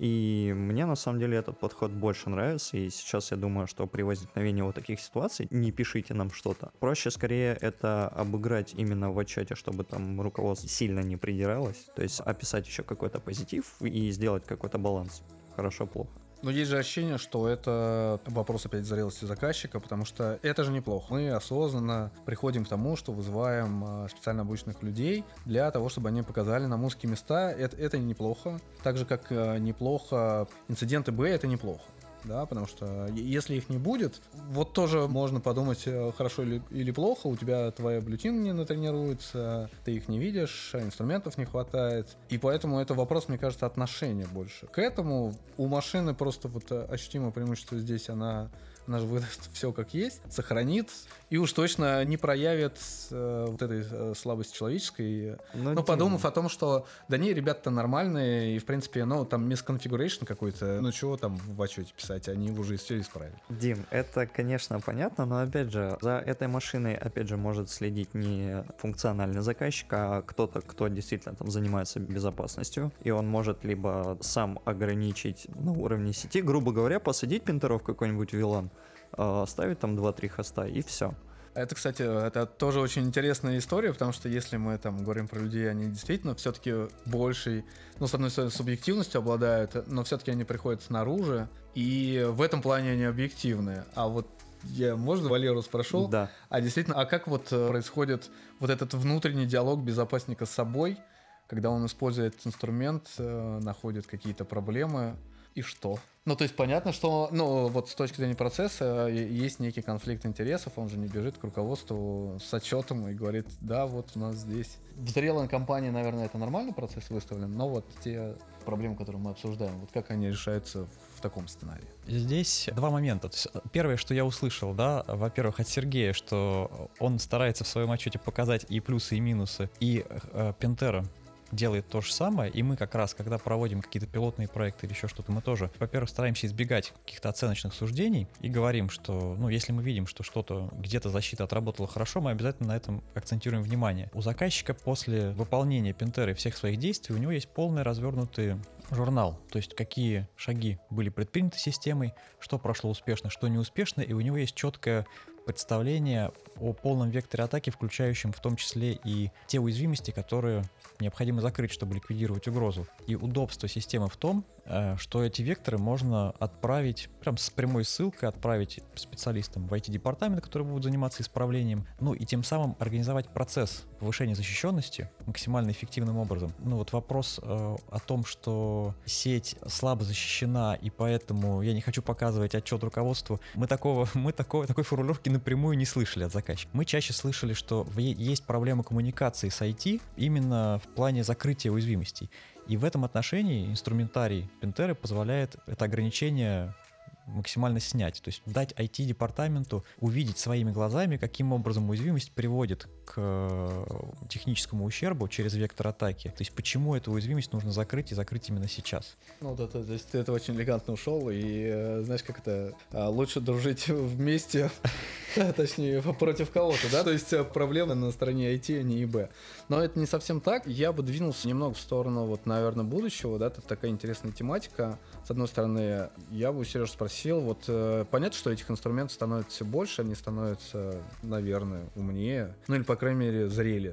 И мне на самом деле этот подход больше нравится, и сейчас я думаю, что при возникновении вот таких ситуаций не пишите нам что-то. Проще скорее это обыграть именно в отчете, чтобы там руководство сильно не придиралось, то есть описать еще какой-то позитив и сделать какой-то баланс. Хорошо-плохо. Но есть же ощущение, что это вопрос опять зрелости заказчика, потому что это же неплохо. Мы осознанно приходим к тому, что вызываем а, специально обученных людей для того, чтобы они показали нам узкие места. Это, это неплохо. Так же, как а, неплохо инциденты Б, это неплохо. Да, потому что если их не будет, вот тоже можно подумать, хорошо или, или плохо, у тебя твои блютины не натренируются, ты их не видишь, инструментов не хватает, и поэтому это вопрос, мне кажется, отношения больше. К этому у машины просто вот ощутимое преимущество здесь, она, она же выдаст все как есть, сохранит, и уж точно не проявит э, вот этой э, слабости человеческой, Но, но Дим, подумав о том, что да не, ребята-то нормальные, и в принципе, ну там мисконфигурейшн какой-то, ну чего там в отчете писать, они уже все исправили. Дим, это, конечно, понятно, но, опять же, за этой машиной, опять же, может следить не функциональный заказчик, а кто-то, кто действительно там занимается безопасностью, и он может либо сам ограничить на уровне сети, грубо говоря, посадить пинтеров в какой-нибудь вилан, ставить там два-три хоста, и все. Это, кстати, это тоже очень интересная история, потому что если мы там говорим про людей, они действительно все-таки большей, ну, с одной стороны, субъективностью обладают, но все-таки они приходят снаружи, и в этом плане они объективные. А вот я, можно, Валеру спрошу? Да. А действительно, а как вот происходит вот этот внутренний диалог безопасника с собой, когда он использует этот инструмент, находит какие-то проблемы, и что? Ну, то есть понятно, что, ну, вот с точки зрения процесса есть некий конфликт интересов, он же не бежит к руководству с отчетом и говорит: да, вот у нас здесь. В зрелой компании, наверное, это нормальный процесс выставлен, но вот те проблемы, которые мы обсуждаем, вот как они решаются в таком сценарии? Здесь два момента. То есть, первое, что я услышал, да, во-первых, от Сергея, что он старается в своем отчете показать и плюсы, и минусы, и э, Пентера делает то же самое, и мы как раз, когда проводим какие-то пилотные проекты или еще что-то, мы тоже, во-первых, стараемся избегать каких-то оценочных суждений и говорим, что, ну, если мы видим, что что-то, где-то защита отработала хорошо, мы обязательно на этом акцентируем внимание. У заказчика после выполнения Пентера и всех своих действий у него есть полный развернутый журнал, то есть какие шаги были предприняты системой, что прошло успешно, что неуспешно, и у него есть четкое представление о полном векторе атаки, включающем в том числе и те уязвимости, которые необходимо закрыть, чтобы ликвидировать угрозу. И удобство системы в том, что эти векторы можно отправить, прям с прямой ссылкой отправить специалистам в ай ти-департамент, которые будут заниматься исправлением, ну и тем самым организовать процесс повышения защищенности максимально эффективным образом. Ну вот вопрос э, о том, что сеть слабо защищена, и поэтому я не хочу показывать отчет руководству, мы такого, мы такого, такой формулировки напрямую не слышали от заказчика. Мы чаще слышали, что есть проблема коммуникации с ай ти именно в плане закрытия уязвимостей. И в этом отношении инструментарий Пентеры позволяет это ограничение максимально снять. То есть дать ай ти-департаменту увидеть своими глазами, каким образом уязвимость приводит к техническому ущербу через вектор атаки. То есть почему эту уязвимость нужно закрыть и закрыть именно сейчас. Ну, вот это, то есть ты это очень элегантно ушел, и э, знаешь, как это, э, лучше дружить вместе, точнее, против кого-то, да, то есть проблемы на стороне ай ти, а не ИБ. Но это не совсем так. Я бы двинулся немного в сторону, вот, наверное, будущего, да, это такая интересная тематика. С одной стороны, я бы у Сережи спросил, вот, э, понятно, что этих инструментов становится все больше, они становятся, наверное, умнее, ну, или, по крайней мере, зрелее.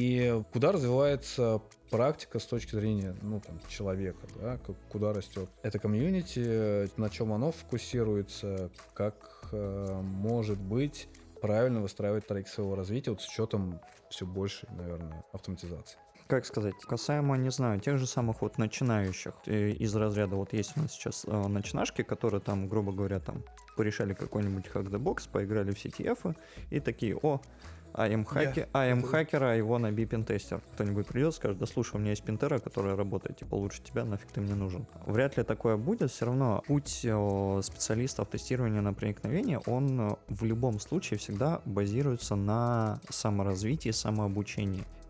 И куда развивается практика с точки зрения, ну, там, человека, да, куда растет это комьюнити, на чем оно фокусируется, как э, может быть правильно выстраивать траекторию своего развития, вот с учетом все большей, наверное, автоматизации. Как сказать, касаемо, не знаю, тех же самых вот начинающих из разряда, вот есть у нас сейчас э, начинашки, которые там, грубо говоря, там порешали какой-нибудь hack-the-box, поиграли в си ти эф и такие: о, I am hacker, I am hacker, I wanna be pentester. Кто-нибудь придет, скажет: да слушай, у меня есть пентера, которая работает типа лучше тебя, нафиг ты мне нужен. Вряд ли такое будет, все равно путь о, специалистов тестирования на проникновение, он о, в любом случае всегда базируется на саморазвитии, самообучении.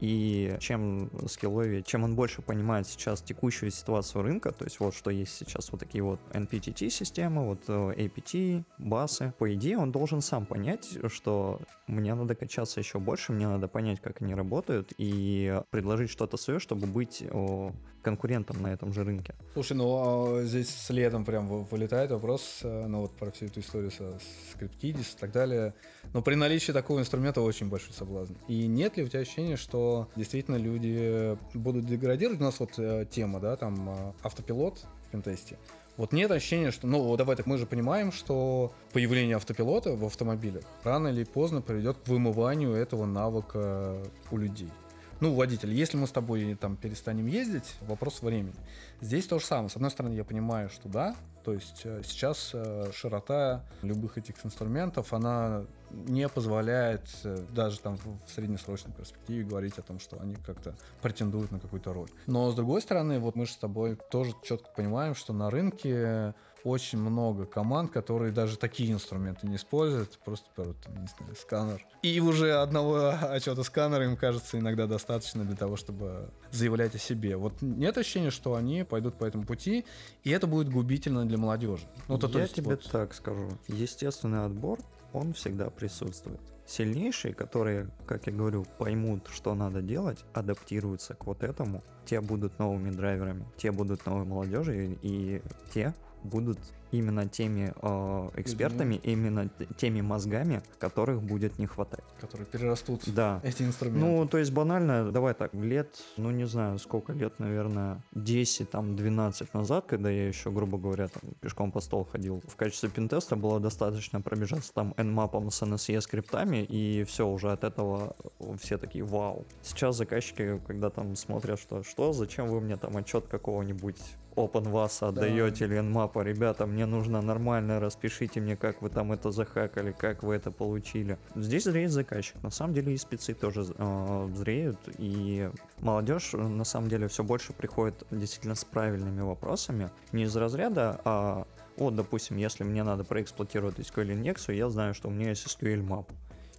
и чем скилловее, чем он больше понимает сейчас текущую ситуацию рынка, то есть вот что есть сейчас вот такие вот эн пи ти ти-системы, вот эй пи ти, басы, по идее он должен сам понять, что мне надо качаться еще больше, мне надо понять, как они работают, и предложить что-то свое, чтобы быть о, конкурентом на этом же рынке. Слушай, ну а здесь следом прям вы- вылетает вопрос, э, ну вот про всю эту историю со ScriptKiddies и так далее. Но при наличии такого инструмента очень большой соблазн. И нет ли у тебя ощущения, что действительно люди будут деградировать? У нас вот э, тема, да, там э, автопилот в пентесте. Вот нет ощущения, что, ну вот давай так, мы же понимаем, что появление автопилота в автомобилях рано или поздно приведет к вымыванию этого навыка у людей. Ну, водитель, если мы с тобой там перестанем ездить, вопрос времени. Здесь то же самое. С одной стороны, я понимаю, что да, то есть э, сейчас э, широта любых этих инструментов, она не позволяет э, даже там в в среднесрочной перспективе говорить о том, что они как-то претендуют на какую-то роль. Но с другой стороны, вот мы же с тобой тоже четко понимаем, что на рынке очень много команд, которые даже такие инструменты не используют, просто берут, там, не знаю, сканер. И уже одного отчета сканера им кажется иногда достаточно для того, чтобы заявлять о себе. Вот нет ощущения, что они пойдут по этому пути, и это будет губительно для молодежи. Ну, то, то Я есть тебе вот- так скажу. Естественный отбор, он всегда присутствует. Сильнейшие, которые, как я говорю, поймут, что надо делать, адаптируются к вот этому, те будут новыми драйверами, те будут новой молодежью, и те будут именно теми э, экспертами, именно т- теми мозгами, которых будет не хватать. которые перерастут Да. эти инструменты. Ну, то есть банально, давай так, лет, ну не знаю, сколько лет, наверное, десять, там, двенадцать назад, когда я еще, грубо говоря, там, пешком по столу ходил, в качестве пентеста было достаточно пробежаться там Nmap с эн эс и скриптами, и все, уже от этого все такие вау. Сейчас заказчики, когда там смотрят, что, что, зачем вы мне там отчет какого-нибудь OpenVAS отдаете или Nmap, ребята, мне нужно нормально, распишите мне, как вы там это захакали, как вы это получили. Здесь зреет заказчик. На самом деле и спецы тоже э, зреют, и молодежь на самом деле все больше приходит действительно с правильными вопросами. Не из разряда, а вот, допустим, если мне надо проэксплуатировать эс ку эль инъекцию, я знаю, что у меня есть эс ку эль map.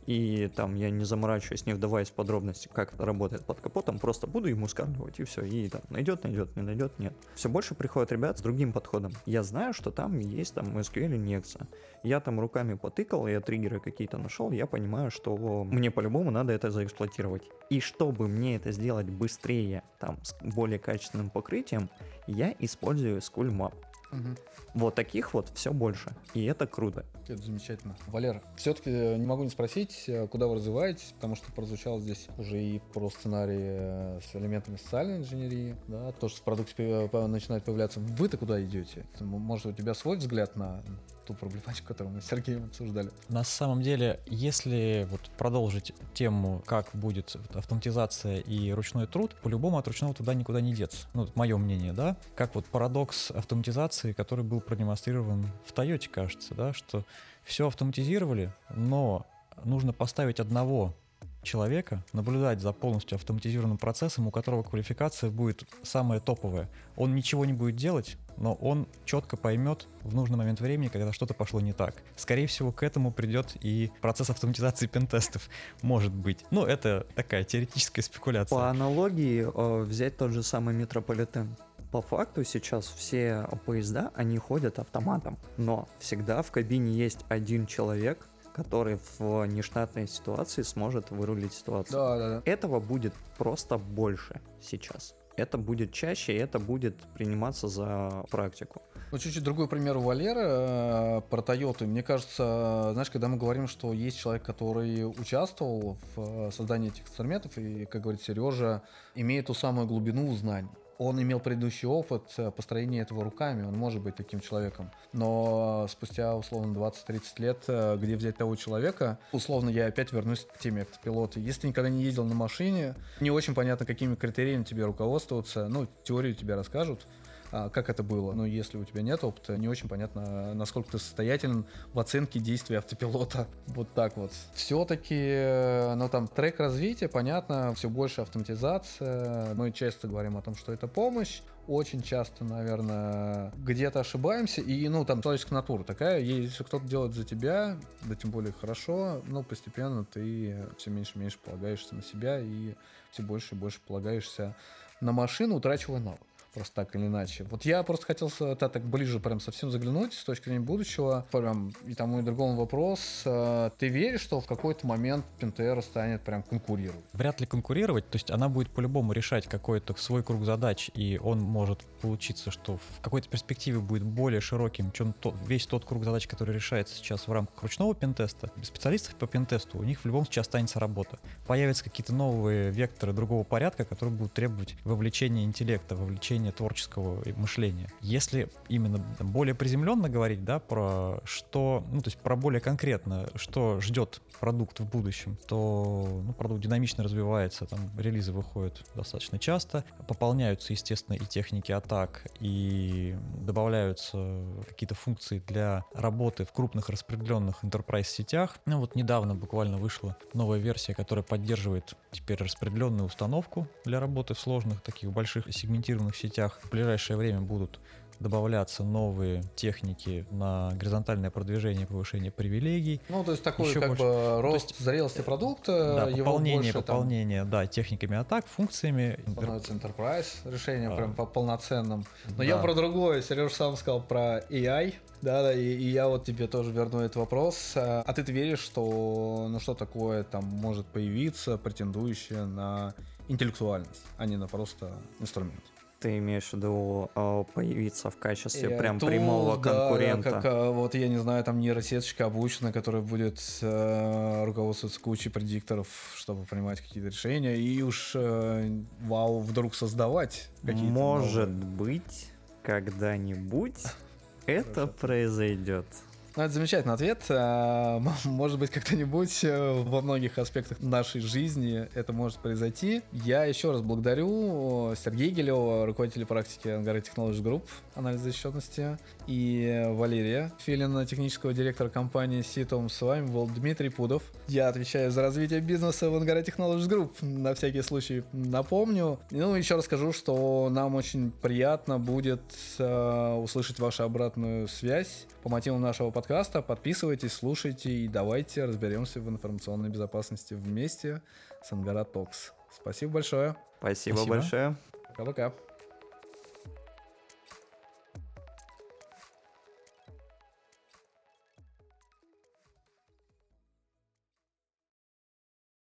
И там я не заморачиваюсь, не вдаваясь в подробности, как это работает под капотом, просто буду ему скармливать и все. И там найдет, найдет, не найдет, нет. Все больше приходят ребят с другим подходом. Я знаю, что там есть там эс ку эль инъекция. Я там руками потыкал, я триггеры какие-то нашел, я понимаю, что мне по-любому надо это заэксплуатировать. И чтобы мне это сделать быстрее, там, с более качественным покрытием, я использую эс ку эль map. Мгм. Вот таких вот все больше. И это круто. Это замечательно. Валер, все-таки не могу не спросить, э, куда вы развиваетесь, потому что прозвучало здесь уже и про сценарии э, с элементами социальной инженерии, да, то, что в продукте пов- пов- начинает появляться. Вы-то куда идете? М- Может, у тебя свой взгляд на ту проблематику, которую мы с Сергеем обсуждали? На самом деле, если вот продолжить тему, как будет автоматизация и ручной труд, по-любому от ручного труда никуда не деться. Ну, это мое мнение, да. Как вот парадокс автоматизации, который был продемонстрирован в Тойоте, кажется, да, что все автоматизировали, но нужно поставить одного человека, наблюдать за полностью автоматизированным процессом, у которого квалификация будет самая топовая. Он ничего не будет делать, но он четко поймет в нужный момент времени, когда что-то пошло не так. Скорее всего, к этому придет и процесс автоматизации пентестов. Может быть. Ну, это такая теоретическая спекуляция. По аналогии э, взять тот же самый метрополитен. По факту сейчас все поезда, они ходят автоматом, но всегда в кабине есть один человек, который в нештатной ситуации сможет вырулить ситуацию. Да, да, да. Этого будет просто больше сейчас. Это будет чаще, и это будет приниматься за практику. Ну, чуть-чуть другой пример у Валеры э, про Toyota. Мне кажется, знаешь, когда мы говорим, что есть человек, который участвовал в э, создании этих инструментов, и, как говорит Сережа, имеет ту самую глубину знаний. Он имел предыдущий опыт э, построения этого руками, он может быть таким человеком. Но спустя, условно, двадцать-тридцать лет, э, где взять того человека, условно, я опять вернусь к теме автопилота. Если ты никогда не ездил на машине, не очень понятно, какими критериями тебе руководствоваться. Ну, теорию тебе расскажут, а, как это было. Но если у тебя нет опыта, не очень понятно, насколько ты состоятелен в оценке действий автопилота. Вот так вот. Все-таки, ну там трек развития, понятно, все больше автоматизация. Мы часто говорим о том, что это помощь. очень часто, наверное, где-то ошибаемся, и, ну, там, человеческая натура такая, если кто-то делает за тебя, да тем более хорошо, ну, постепенно ты все меньше и меньше полагаешься на себя, и все больше и больше полагаешься на машину, утрачивая навык. Просто так или иначе. Вот я просто хотел да, так ближе прям совсем заглянуть с точки зрения будущего. Прям и тому и другому вопрос. Ты веришь, что в какой-то момент Пентера станет прям конкурировать? Вряд ли конкурировать, то есть она будет по-любому решать какой-то свой круг задач, и он может получиться, что в какой-то перспективе будет более широким, чем тот, весь тот круг задач, который решается сейчас в рамках ручного пентеста. Специалистов по пентесту у них в любом случае останется работа. Появятся какие-то новые векторы другого порядка, которые будут требовать вовлечения интеллекта, вовлечения творческого мышления. Если именно там, более приземленно говорить, да, про что, ну, то есть про более конкретно, что ждет продукт в будущем, то ну, продукт динамично развивается, там релизы выходят достаточно часто, пополняются, естественно, и техники атак, и добавляются какие-то функции для работы в крупных распределенных enterprise сетях. Ну вот недавно буквально вышла новая версия, которая поддерживает теперь распределенную установку для работы в сложных таких больших сегментированных сетях. В ближайшее время будут добавляться новые техники на горизонтальное продвижение и повышение привилегий. Ну, то есть такой Еще как больше. бы рост Ну, то есть, зрелости продукта, да, его пополнение, больше пополнение, там да, техниками атак, функциями. становится enterprise решением А, прям по полноценным. Но да. я про другое. Сереж сам сказал про эй ай. Да, да, и, и я вот тебе тоже верну этот вопрос. А ты веришь, что ну что такое там может появиться, претендующее на интеллектуальность, а не на просто инструмент? Ты имеешь в виду э, появиться в качестве Э, прям тул, прямого да, конкурента? Да, как, а, вот я не знаю, там нейросеточка обученная, которая будет э, руководствоваться кучей предикторов, чтобы принимать какие-то решения, и уж э, вау, вдруг создавать какие-то Может новые. быть, когда-нибудь это произойдет. Ну, это замечательный ответ. А, Может быть, когда-нибудь э, во многих аспектах нашей жизни это может произойти. Я еще раз благодарю Сергея Гелева, руководителя практики Angaret Technologies Group, анализ защищенности, и Валерия Филина, технического директора компании Ситум. С вами был Дмитрий Пудов. Я отвечаю за развитие бизнеса в Angaret Technologies Group. На всякий случай напомню. Ну, еще раз скажу, что нам очень приятно будет э, услышать вашу обратную связь по мотивам нашего подкаста. Подписывайтесь, слушайте и давайте разберемся в информационной безопасности вместе с Angara Talks. Спасибо большое. Спасибо, Спасибо. большое. Пока-пока.